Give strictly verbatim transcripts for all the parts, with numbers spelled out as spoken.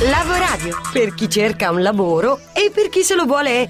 Lavoradio, per chi cerca un lavoro e per chi se lo vuole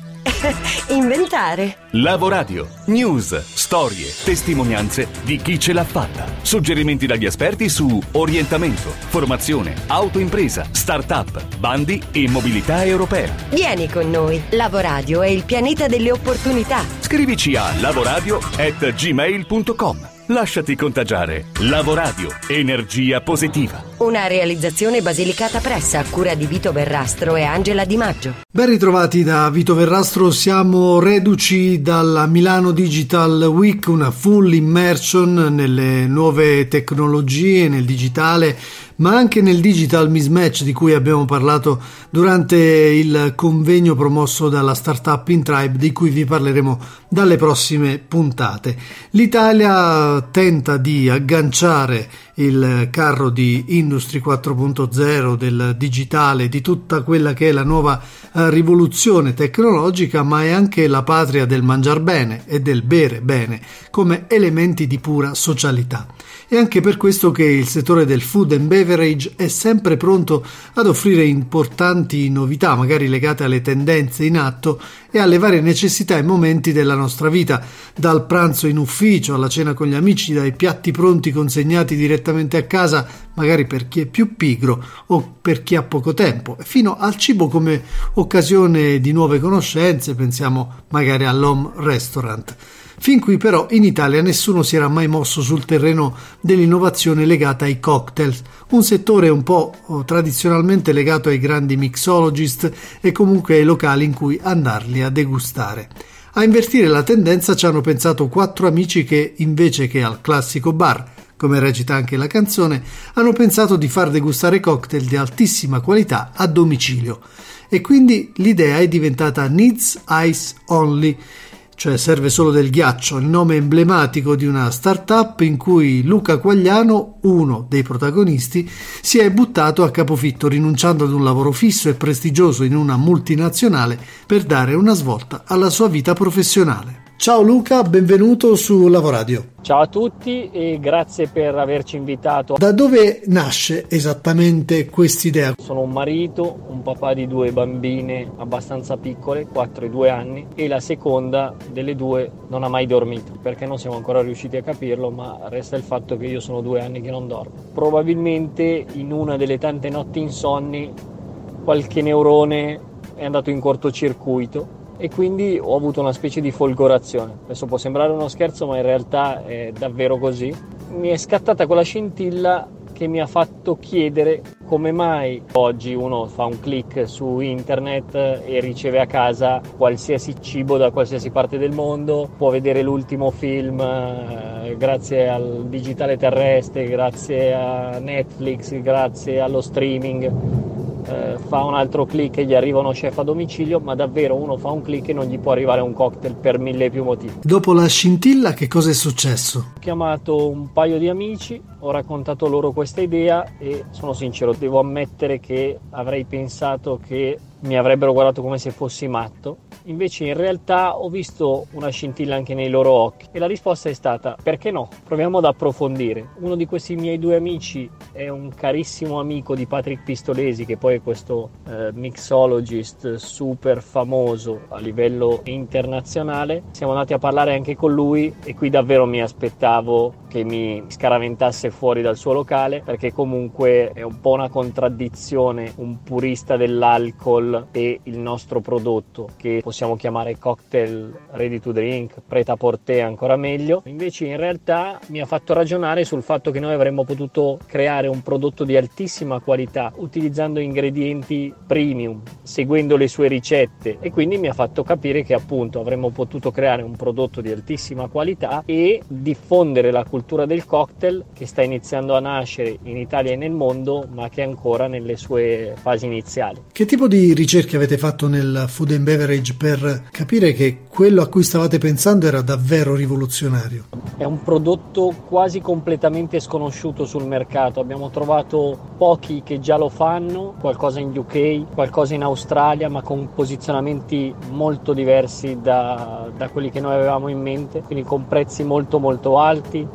inventare. Lavoradio, news, storie, testimonianze di chi ce l'ha fatta. Suggerimenti dagli esperti su orientamento, formazione, autoimpresa, start-up, bandi e mobilità europea. Vieni con noi. Lavoradio è il pianeta delle opportunità. Scrivici a lavoradio at gmail punto com. Lasciati contagiare. Lavoradio, energia positiva. Una realizzazione Basilicata Press a cura di Vito Verrastro e Angela Di Maggio. Ben ritrovati da Vito Verrastro, siamo reduci dalla Milano Digital Week, una full immersion nelle nuove tecnologie, nel digitale, ma anche nel digital mismatch di cui abbiamo parlato durante il convegno promosso dalla Startup in Tribe, di cui vi parleremo dalle prossime puntate. L'Italia tenta di agganciare il carro di Industry quattro punto zero, del digitale, di tutta quella che è la nuova rivoluzione tecnologica, ma è anche la patria del mangiar bene e del bere bene come elementi di pura socialità. È anche per questo che il settore del food and beverage è sempre pronto ad offrire importanti novità, magari legate alle tendenze in atto e alle varie necessità e momenti della nostra vita, dal pranzo in ufficio alla cena con gli amici, dai piatti pronti consegnati direttamente a casa, magari per chi è più pigro o per chi ha poco tempo, fino al cibo come occasione di nuove conoscenze, pensiamo magari all'home restaurant. Fin qui però in Italia nessuno si era mai mosso sul terreno dell'innovazione legata ai cocktail, un settore un po' tradizionalmente legato ai grandi mixologist e comunque ai locali in cui andarli a degustare. A invertire la tendenza ci hanno pensato quattro amici che, invece che al classico bar, come recita anche la canzone, hanno pensato di far degustare cocktail di altissima qualità a domicilio. E quindi l'idea è diventata Needs Ice Only, cioè serve solo del ghiaccio, il nome emblematico di una startup in cui Luca Quagliano, uno dei protagonisti, si è buttato a capofitto rinunciando ad un lavoro fisso e prestigioso in una multinazionale per dare una svolta alla sua vita professionale. Ciao Luca, benvenuto su Lavoradio. Ciao a tutti e grazie per averci invitato. Da dove nasce esattamente quest'idea? Sono un marito, un papà di due bambine abbastanza piccole, quattro e due anni, e la seconda delle due non ha mai dormito, perché non siamo ancora riusciti a capirlo, ma resta il fatto che io sono due anni che non dormo. Probabilmente in una delle tante notti insonni qualche neurone è andato in cortocircuito e quindi ho avuto una specie di folgorazione. Adesso può sembrare uno scherzo, ma in realtà è davvero così. Mi è scattata quella scintilla che mi ha fatto chiedere come mai oggi uno fa un click su internet e riceve a casa qualsiasi cibo da qualsiasi parte del mondo, può vedere l'ultimo film eh, grazie al digitale terrestre, grazie a Netflix, grazie allo streaming. Eh, fa un altro click e gli arriva uno chef a domicilio, ma davvero uno fa un click e non gli può arrivare un cocktail per mille e più motivi. Dopo la scintilla che cosa è successo? Ho chiamato un paio di amici, ho raccontato loro questa idea e sono sincero, devo ammettere che avrei pensato che mi avrebbero guardato come se fossi matto. Invece in realtà ho visto una scintilla anche nei loro occhi e la risposta è stata: perché no? Proviamo ad approfondire. Uno di questi miei due amici è un carissimo amico di Patrick Pistolesi, che poi è questo eh, mixologist super famoso a livello internazionale. Siamo andati a parlare anche con lui e qui davvero mi aspettavo che mi scaraventasse fuori dal suo locale, perché comunque è un po' una contraddizione un purista dell'alcol e il nostro prodotto, che possiamo chiamare cocktail ready to drink, prêt-à-porter ancora meglio. Invece in realtà mi ha fatto ragionare sul fatto che noi avremmo potuto creare un prodotto di altissima qualità utilizzando ingredienti premium, seguendo le sue ricette, e quindi mi ha fatto capire che appunto avremmo potuto creare un prodotto di altissima qualità e diffondere la cultura del cocktail, che sta iniziando a nascere in Italia e nel mondo, ma che è ancora nelle sue fasi iniziali. Che tipo di ricerche avete fatto nel food and beverage per capire che quello a cui stavate pensando era davvero rivoluzionario? È un prodotto quasi completamente sconosciuto sul mercato. Abbiamo trovato pochi che già lo fanno, qualcosa in U K, qualcosa in Australia, ma con posizionamenti molto diversi da, da quelli che noi avevamo in mente, quindi con prezzi molto molto alti,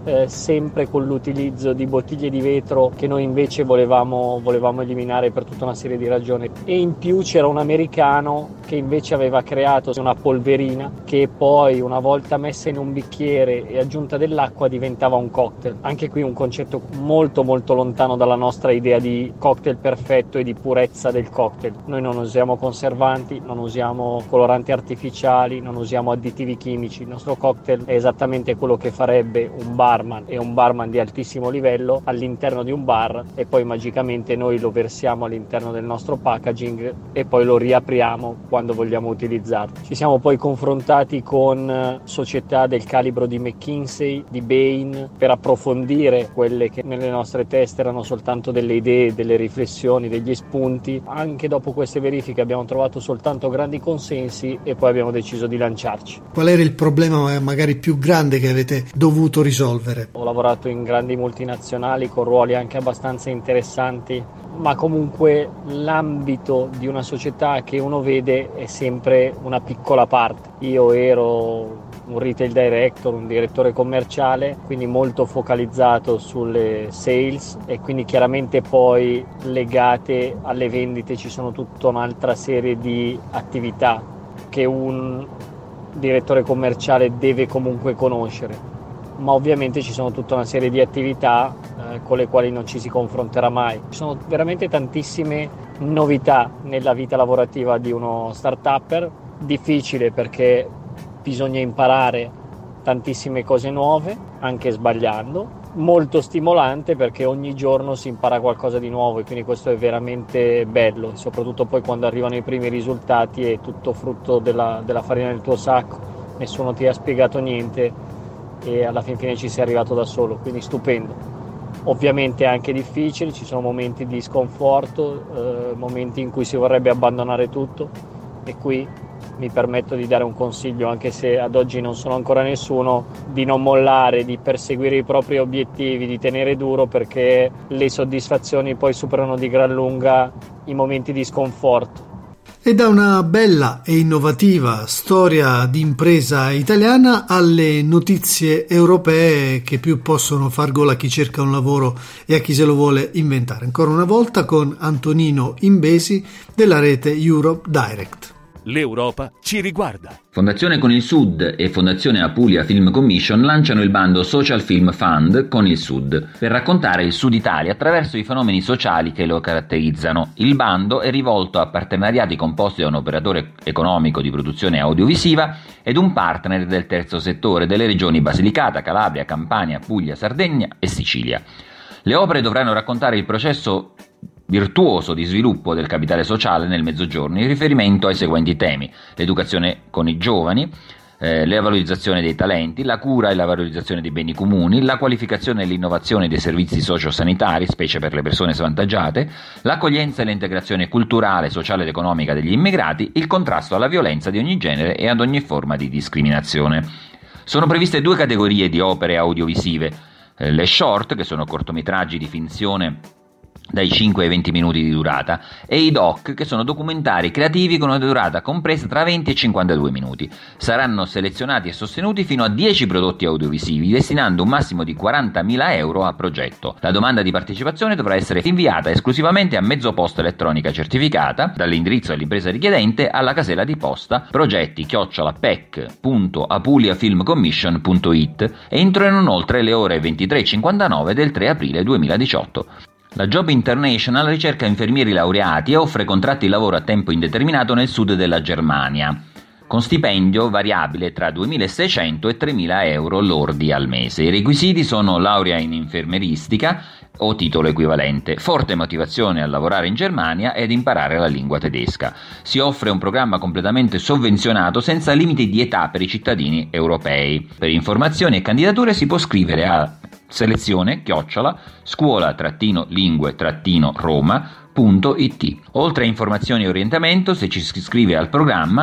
eh, sempre con l'utilizzo di bottiglie di vetro che noi invece volevamo, volevamo eliminare per tutta una serie di ragioni. E in più c'era un americano che invece aveva creato una polverina che poi, una volta messa in un bicchiere e aggiunta dell'acqua, diventava un cocktail. Anche qui un concetto molto molto lontano dalla nostra idea di cocktail perfetto e di purezza del cocktail. Noi non usiamo conservanti, non usiamo coloranti artificiali, non usiamo additivi chimici. Il nostro cocktail è esattamente quello che farebbe un barman, e un barman di altissimo livello, all'interno di un bar, e poi magicamente noi lo versiamo all'interno del nostro packaging e poi lo riapriamo quando vogliamo utilizzarlo. Ci siamo poi confrontati con società del calibro di McKinsey, di Bain, per approfondire quelle che nelle nostre teste erano soltanto delle idee, delle riflessioni, degli spunti. Anche dopo queste verifiche abbiamo trovato soltanto grandi consensi e poi abbiamo deciso di lanciarci. Qual era il problema magari più grande che avete dovuto risolvere? Ho lavorato in grandi multinazionali con ruoli anche abbastanza interessanti, ma comunque l'ambito di una società che uno vede è sempre una piccola parte. Io ero un retail director, un direttore commerciale, quindi molto focalizzato sulle sales, e quindi chiaramente poi legate alle vendite ci sono tutta un'altra serie di attività che un direttore commerciale deve comunque conoscere. Ma ovviamente ci sono tutta una serie di attività eh, con le quali non ci si confronterà mai. Ci sono veramente tantissime novità nella vita lavorativa di uno start-upper, difficile perché bisogna imparare tantissime cose nuove, anche sbagliando, molto stimolante perché ogni giorno si impara qualcosa di nuovo, e quindi questo è veramente bello, soprattutto poi quando arrivano i primi risultati è tutto frutto della, della farina del tuo sacco, nessuno ti ha spiegato niente e alla fin fine ci sei arrivato da solo, quindi stupendo. Ovviamente è anche difficile, ci sono momenti di sconforto, eh, momenti in cui si vorrebbe abbandonare tutto, e qui mi permetto di dare un consiglio, anche se ad oggi non sono ancora nessuno, di non mollare, di perseguire i propri obiettivi, di tenere duro, perché le soddisfazioni poi superano di gran lunga i momenti di sconforto. E da una bella e innovativa storia di impresa italiana alle notizie europee che più possono far gola a chi cerca un lavoro e a chi se lo vuole inventare. Ancora una volta con Antonino Imbesi della rete Europe Direct. L'Europa ci riguarda. Fondazione Con il Sud e Fondazione Apulia Film Commission lanciano il bando Social Film Fund Con il Sud per raccontare il Sud Italia attraverso i fenomeni sociali che lo caratterizzano. Il bando è rivolto a partenariati composti da un operatore economico di produzione audiovisiva ed un partner del terzo settore delle regioni Basilicata, Calabria, Campania, Puglia, Sardegna e Sicilia. Le opere dovranno raccontare il processo virtuoso di sviluppo del capitale sociale nel Mezzogiorno in riferimento ai seguenti temi: l'educazione con i giovani, eh, la valorizzazione dei talenti, la cura e la valorizzazione dei beni comuni, la qualificazione e l'innovazione dei servizi sociosanitari, specie per le persone svantaggiate, l'accoglienza e l'integrazione culturale, sociale ed economica degli immigrati, il contrasto alla violenza di ogni genere e ad ogni forma di discriminazione. Sono previste due categorie di opere audiovisive: eh, le short, che sono cortometraggi di finzione dai cinque ai venti minuti di durata, e i doc, che sono documentari creativi con una durata compresa tra venti e cinquantadue minuti. Saranno selezionati e sostenuti fino a dieci prodotti audiovisivi, destinando un massimo di quarantamila euro a progetto. La domanda di partecipazione dovrà essere inviata esclusivamente a mezzo posta elettronica certificata dall'indirizzo dell'impresa richiedente alla casella di posta progetti chiocciola pec punto apuliafilmcommission punto it entro e non oltre le ore ventitré e cinquantanove del tre aprile duemiladiciotto. La Job International ricerca infermieri laureati e offre contratti di lavoro a tempo indeterminato nel sud della Germania, con stipendio variabile tra duemilaseicento e tremila euro lordi al mese. I requisiti sono laurea in infermieristica o titolo equivalente, forte motivazione a lavorare in Germania ed imparare la lingua tedesca. Si offre un programma completamente sovvenzionato senza limiti di età per i cittadini europei. Per informazioni e candidature si può scrivere a selezione chiocciola scuola trattino lingue trattino roma punto it. Oltre a informazioni e orientamento, se ci si iscrive al programma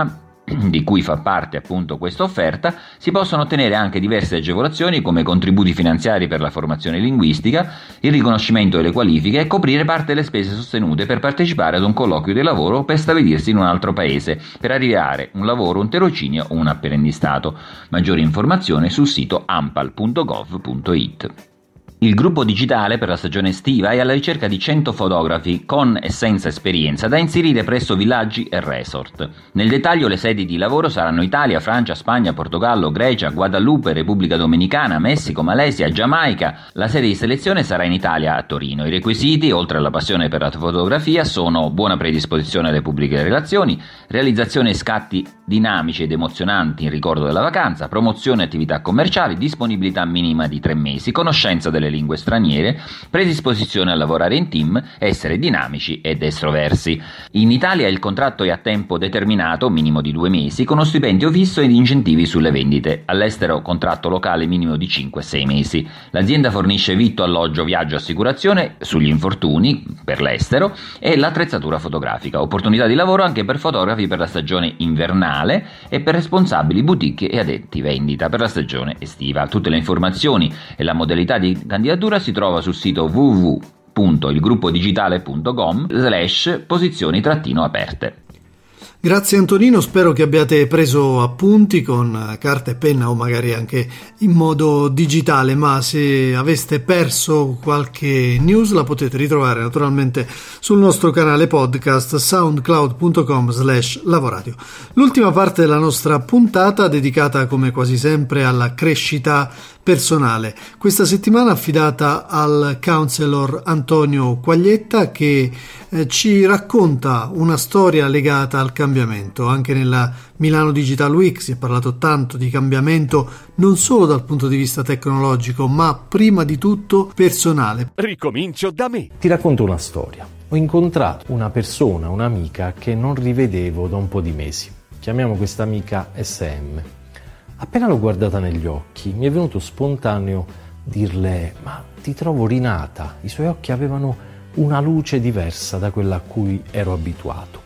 di cui fa parte appunto questa offerta, si possono ottenere anche diverse agevolazioni come contributi finanziari per la formazione linguistica, il riconoscimento delle qualifiche e coprire parte delle spese sostenute per partecipare ad un colloquio di lavoro o per stabilirsi in un altro paese per arrivare un lavoro, un tirocinio o un apprendistato. Maggiori informazioni sul sito ampal punto gov punto it. Il gruppo digitale per la stagione estiva è alla ricerca di cento fotografi con e senza esperienza da inserire presso villaggi e resort. Nel dettaglio le sedi di lavoro saranno Italia, Francia, Spagna, Portogallo, Grecia, Guadalupe, Repubblica Dominicana, Messico, Malesia, Giamaica. La sede di selezione sarà in Italia a Torino. I requisiti, oltre alla passione per la fotografia, sono buona predisposizione alle pubbliche relazioni, realizzazione di scatti dinamici ed emozionanti in ricordo della vacanza, promozione e attività commerciali, disponibilità minima di tre mesi, conoscenza delle lingue straniere, predisposizione a lavorare in team, essere dinamici ed estroversi. In Italia il contratto è a tempo determinato, minimo di due mesi, con uno stipendio fisso ed incentivi sulle vendite. All'estero contratto locale minimo di cinque sei mesi. L'azienda fornisce vitto, alloggio, viaggio, assicurazione sugli infortuni per l'estero e l'attrezzatura fotografica. Opportunità di lavoro anche per fotografi per la stagione invernale e per responsabili boutique e addetti vendita per la stagione estiva. Tutte le informazioni e la modalità di candidatura si trova sul sito w w w punto il gruppo digitale punto com slash posizioni trattino aperte. Grazie Antonino, spero che abbiate preso appunti con carta e penna o magari anche in modo digitale, ma se aveste perso qualche news la potete ritrovare naturalmente sul nostro canale podcast soundcloud punto com slash lavoradio. L'ultima parte della nostra puntata dedicata come quasi sempre alla crescita personale, questa settimana affidata al counselor Antonio Quaglietta che eh, ci racconta una storia legata al cambiamento. Anche nella Milano Digital Week si è parlato tanto di cambiamento non solo dal punto di vista tecnologico ma prima di tutto personale. Ricomincio da me. Ti racconto una storia. Ho incontrato una persona, un'amica che non rivedevo da un po' di mesi. Chiamiamo questa amica S M. Appena l'ho guardata negli occhi mi è venuto spontaneo dirle: ma ti trovo rinata. I suoi occhi avevano una luce diversa da quella a cui ero abituato.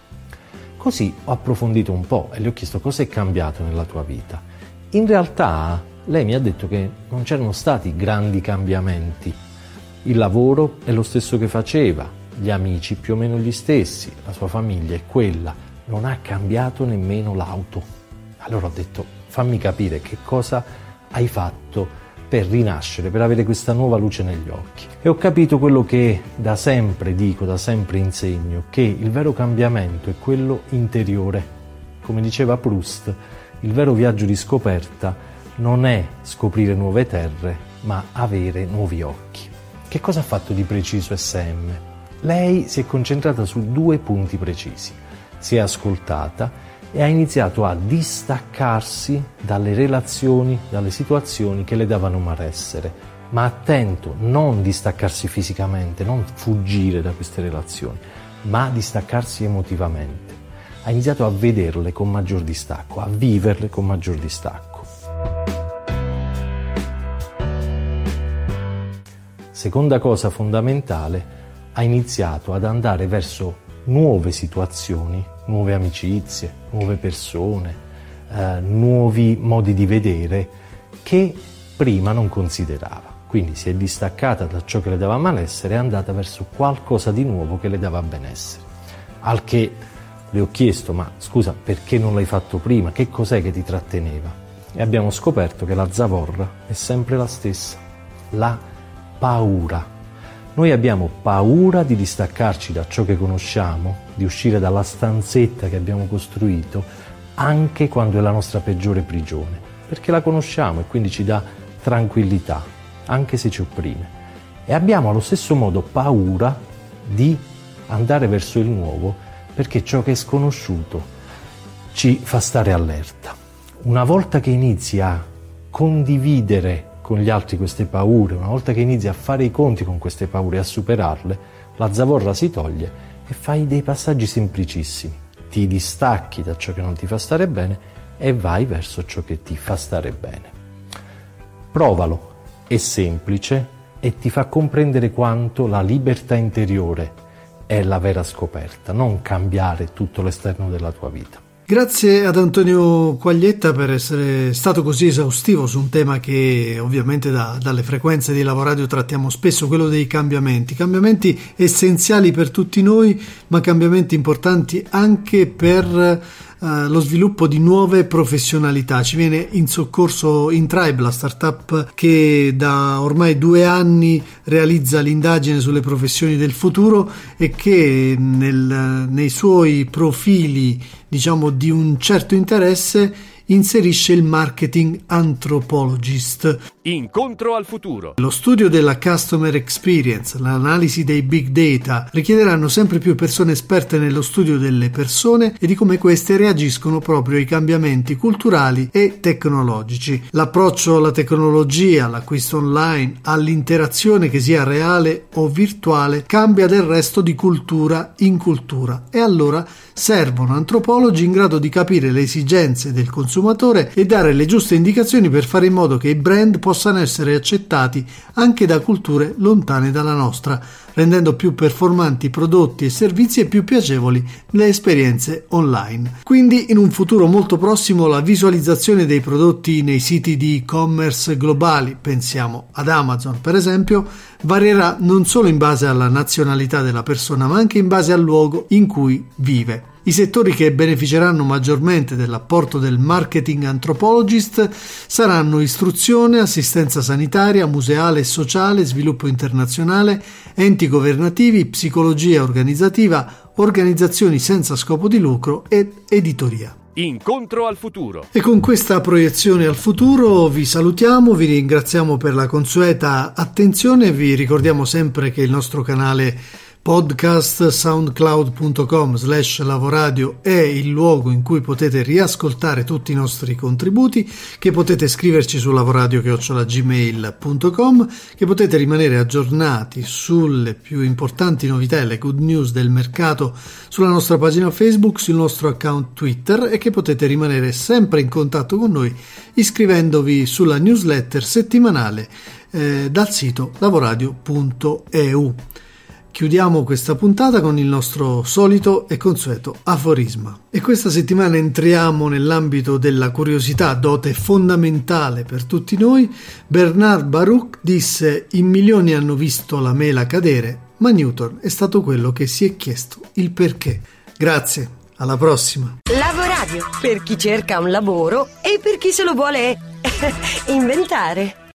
Così ho approfondito un po' e le ho chiesto cosa è cambiato nella tua vita. In realtà lei mi ha detto che non c'erano stati grandi cambiamenti. Il lavoro è lo stesso che faceva, gli amici più o meno gli stessi, la sua famiglia è quella, non ha cambiato nemmeno l'auto. Allora ho detto: fammi capire che cosa hai fatto per rinascere, per avere questa nuova luce negli occhi. E ho capito quello che da sempre dico, da sempre insegno, che il vero cambiamento è quello interiore. Come diceva Proust, il vero viaggio di scoperta non è scoprire nuove terre, ma avere nuovi occhi. Che cosa ha fatto di preciso S M? Lei si è concentrata su due punti precisi. Si è ascoltata e ha iniziato a distaccarsi dalle relazioni, dalle situazioni che le davano malessere. Ma attento, non distaccarsi fisicamente, non fuggire da queste relazioni, ma distaccarsi emotivamente. Ha iniziato a vederle con maggior distacco, a viverle con maggior distacco. Seconda cosa fondamentale, ha iniziato ad andare verso nuove situazioni, nuove amicizie, nuove persone, eh, nuovi modi di vedere che prima non considerava. Quindi si è distaccata da ciò che le dava malessere e è andata verso qualcosa di nuovo che le dava benessere. Al che le ho chiesto: ma scusa, perché non l'hai fatto prima? Che cos'è che ti tratteneva? E abbiamo scoperto che la zavorra è sempre la stessa, la paura. Noi abbiamo paura di distaccarci da ciò che conosciamo, di uscire dalla stanzetta che abbiamo costruito, anche quando è la nostra peggiore prigione, perché la conosciamo e quindi ci dà tranquillità, anche se ci opprime. E abbiamo allo stesso modo paura di andare verso il nuovo, perché ciò che è sconosciuto ci fa stare allerta. Una volta che inizi a condividere con gli altri queste paure, una volta che inizi a fare i conti con queste paure e a superarle, la zavorra si toglie e fai dei passaggi semplicissimi. Ti distacchi da ciò che non ti fa stare bene e vai verso ciò che ti fa stare bene. Provalo, è semplice e ti fa comprendere quanto la libertà interiore è la vera scoperta, non cambiare tutto l'esterno della tua vita. Grazie ad Antonio Quaglietta per essere stato così esaustivo su un tema che ovviamente da, dalle frequenze di Lavoradio trattiamo spesso, quello dei cambiamenti, cambiamenti essenziali per tutti noi, ma cambiamenti importanti anche per Uh, lo sviluppo di nuove professionalità. Ci viene in soccorso Intribe, la startup che da ormai due anni realizza l'indagine sulle professioni del futuro e che nel, nei suoi profili, diciamo, di un certo interesse inserisce il marketing anthropologist. Incontro al futuro. Lo studio della customer experience, l'analisi dei big data richiederanno sempre più persone esperte nello studio delle persone e di come queste reagiscono proprio ai cambiamenti culturali e tecnologici. L'approccio alla tecnologia, all'acquisto online, all'interazione che sia reale o virtuale cambia del resto di cultura in cultura e allora servono antropologi in grado di capire le esigenze del consumatore e dare le giuste indicazioni per fare in modo che i brand possano essere accettati anche da culture lontane dalla nostra, rendendo più performanti prodotti e servizi e più piacevoli le esperienze online. Quindi in un futuro molto prossimo la visualizzazione dei prodotti nei siti di e-commerce globali, pensiamo ad Amazon per esempio, varierà non solo in base alla nazionalità della persona ma anche in base al luogo in cui vive. I settori che beneficeranno maggiormente dell'apporto del marketing anthropologist saranno istruzione, assistenza sanitaria, museale e sociale, sviluppo internazionale, enti governativi, psicologia organizzativa, organizzazioni senza scopo di lucro ed editoria. Incontro al futuro. E con questa proiezione al futuro vi salutiamo, vi ringraziamo per la consueta attenzione, vi ricordiamo sempre che il nostro canale podcast soundcloud punto com slash lavoradio è il luogo in cui potete riascoltare tutti i nostri contributi, che potete scriverci su lavoradio chiocciola gmail punto com, che potete rimanere aggiornati sulle più importanti novità e le good news del mercato sulla nostra pagina Facebook, sul nostro account Twitter e che potete rimanere sempre in contatto con noi iscrivendovi sulla newsletter settimanale eh, dal sito lavoradio punto e u. Chiudiamo questa puntata con il nostro solito e consueto aforisma. E questa settimana entriamo nell'ambito della curiosità, dote fondamentale per tutti noi. Bernard Baruch disse: in milioni hanno visto la mela cadere, ma Newton è stato quello che si è chiesto il perché. Grazie, alla prossima. Lavoradio, per chi cerca un lavoro e per chi se lo vuole inventare.